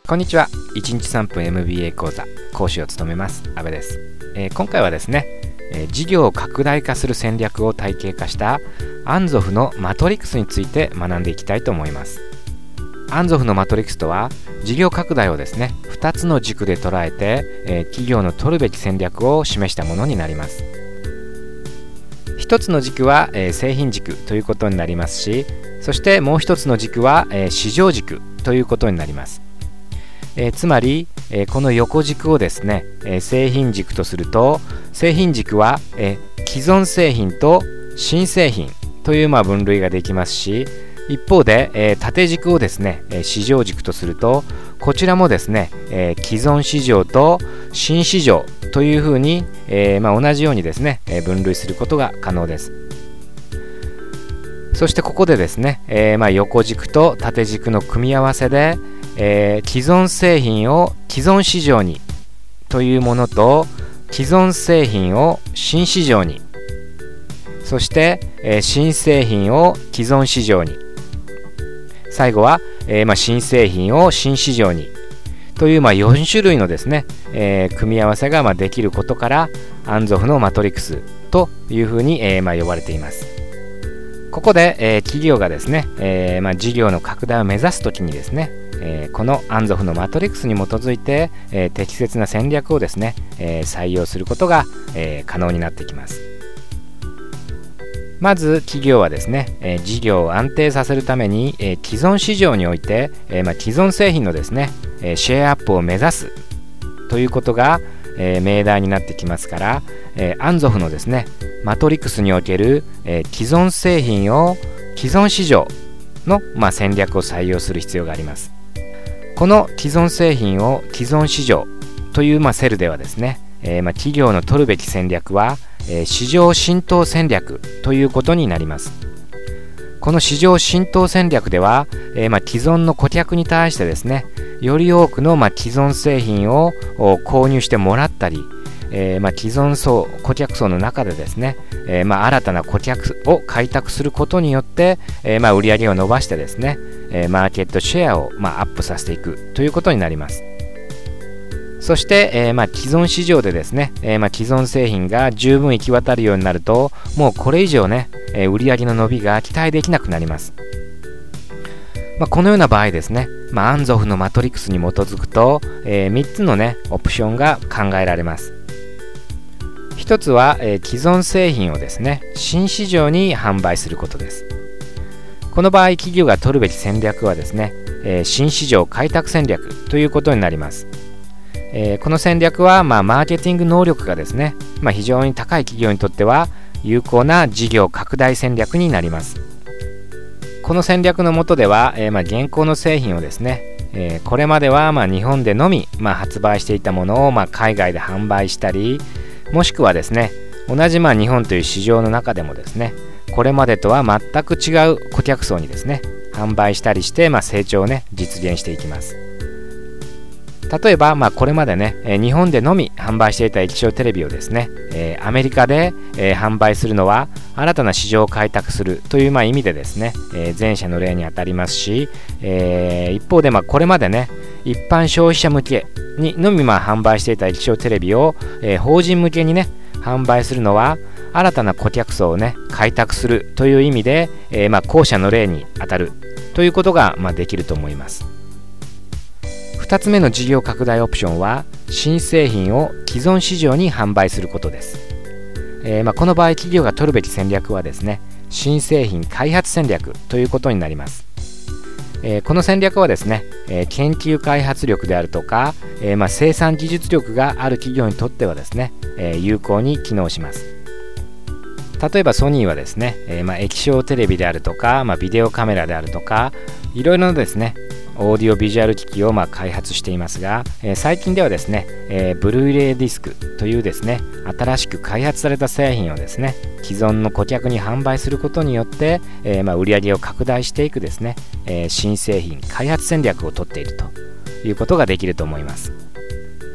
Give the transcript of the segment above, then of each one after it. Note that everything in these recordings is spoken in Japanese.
こんにちは。1日3分 MBA 講座講師を務めます阿部です。今回はですね、事業を拡大化する戦略を体系化したアンゾフのマトリックスについて学んでいきたいと思います。アンゾフのマトリックスとは、事業拡大をですね2つの軸で捉えて、企業の取るべき戦略を示したものになります。一つの軸は、製品軸ということになりますし、そしてもう一つの軸は、市場軸ということになります。つまり、この横軸をですね、製品軸とすると、製品軸は、既存製品と新製品という分類ができますし、一方で、縦軸をですね、市場軸とすると、こちらもですね、既存市場と新市場というふうに、同じようにですね、分類することが可能です。そしてここでですね、横軸と縦軸の組み合わせで、既存製品を既存市場にというものと、既存製品を新市場に、そして、新製品を既存市場に、最後は、新製品を新市場にという、4種類のですね、組み合わせができることから、アンゾフのマトリックスというふうに、呼ばれています。ここで、企業がですね、事業の拡大を目指すときにですね、このアンゾフのマトリックスに基づいて、適切な戦略をですね、採用することが、可能になってきます。まず企業はですね、事業を安定させるために、既存市場において、既存製品のですね、シェアアップを目指すということが、命題になってきますから、アンゾフのですねマトリックスにおける、既存製品を既存市場の、戦略を採用する必要があります。この既存製品を既存市場という、セルではですね、企業の取るべき戦略は、市場浸透戦略ということになります。この市場浸透戦略では、既存の顧客に対してですね、より多くの、既存製品を購入してもらったり、既存顧客層の中でですね、新たな顧客を開拓することによって、売り上げを伸ばしてですね、マーケットシェアを、アップさせていくということになります。そして、既存市場でですね、既存製品が十分行き渡るようになると、もうこれ以上ね、売り上げの伸びが期待できなくなります。このような場合ですね、アンゾフのマトリックスに基づくと、3つのねオプションが考えられます。一つは、既存製品をですね新市場に販売することです。この場合企業が取るべき戦略はですね、新市場開拓戦略ということになります。この戦略は、マーケティング能力がですね、非常に高い企業にとっては有効な事業拡大戦略になります。この戦略の下では、現行の製品をですね、これまでは日本でのみ、発売していたものを、海外で販売したり、もしくはですね、同じ日本という市場の中でもですね、これまでとは全く違う顧客層にですね販売したりして、成長をね実現していきます。例えば、これまでね日本でのみ販売していた液晶テレビをですね、アメリカで、販売するのは新たな市場を開拓するという、意味でですね、前者の例にあたりますし、一方で、これまでね一般消費者向けにのみ販売していた液晶テレビを、法人向けにね販売するのは新たな顧客層をね開拓するという意味で、後者の例にあたるということが、できると思います。2つ目の事業拡大オプションは新製品を既存市場に販売することです。この場合企業が取るべき戦略はですね新製品開発戦略ということになります。この戦略はですね、研究開発力であるとか、生産技術力がある企業にとってはですね、有効に機能します。例えばソニーはですね、液晶テレビであるとか、ビデオカメラであるとか、いろいろなですねオーディオビジュアル機器を開発していますが、最近ではですね、ブルーレイディスクというですね新しく開発された製品をですね既存の顧客に販売することによって、売り上げを拡大していくですね、新製品開発戦略を取っているということができると思います。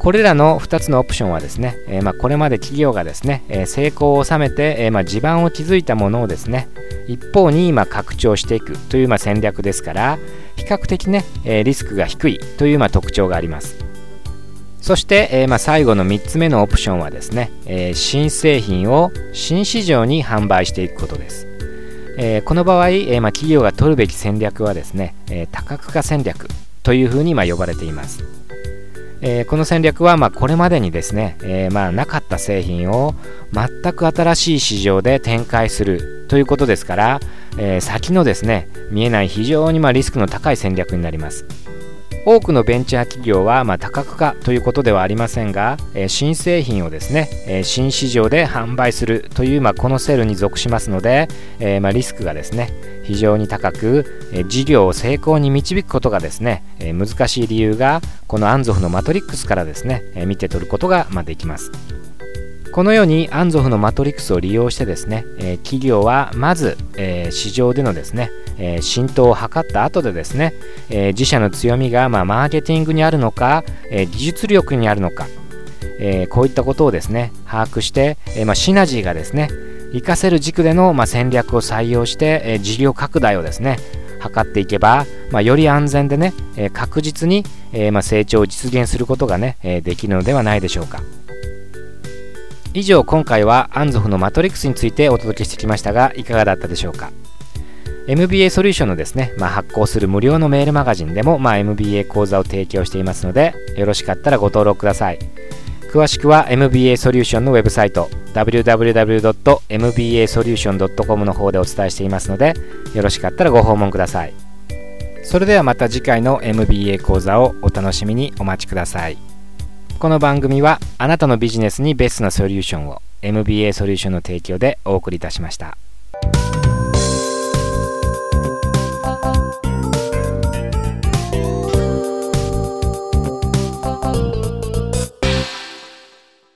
これらの2つのオプションはですね、これまで企業がですね、成功を収めて、地盤を築いたものをですね、一方に拡張していくという戦略ですから、比較的ね、リスクが低いという特徴があります。そして、最後の3つ目のオプションはですね、新製品を新市場に販売していくことです。この場合、企業が取るべき戦略はですね、多角化戦略というふうに呼ばれています。この戦略はこれまでにですね、なかった製品を全く新しい市場で展開するということですから、先のですね、見えない非常にリスクの高い戦略になります。多くのベンチャー企業は多角化ということではありませんが、新製品をですね、新市場で販売するというこのセルに属しますので、リスクがですね非常に高く、事業を成功に導くことがですね、難しい理由がこのアンゾフのマトリックスからですね、見て取ることができます。このようにアンゾフのマトリックスを利用してですね、企業はまず、市場でのですね、浸透を図った後でですね、自社の強みがマーケティングにあるのか、技術力にあるのか、こういったことをですね把握して、シナジーがですね活かせる軸での、戦略を採用して、事業拡大をですね図っていけば、より安全でね、確実に、成長を実現することがね、できるのではないでしょうか。以上、今回はアンゾフのマトリックスについてお届けしてきましたが、いかがだったでしょうか。MBA ソリューションのですね、発行する無料のメールマガジンでも、MBA 講座を提供していますので、よろしかったらご登録ください。詳しくは MBA ソリューションのウェブサイト www.mbasolution.com の方でお伝えしていますので、よろしかったらご訪問ください。それではまた次回の MBA 講座をお楽しみにお待ちください。この番組はあなたのビジネスにベストなソリューションを MBA ソリューションの提供でお送りいたしました。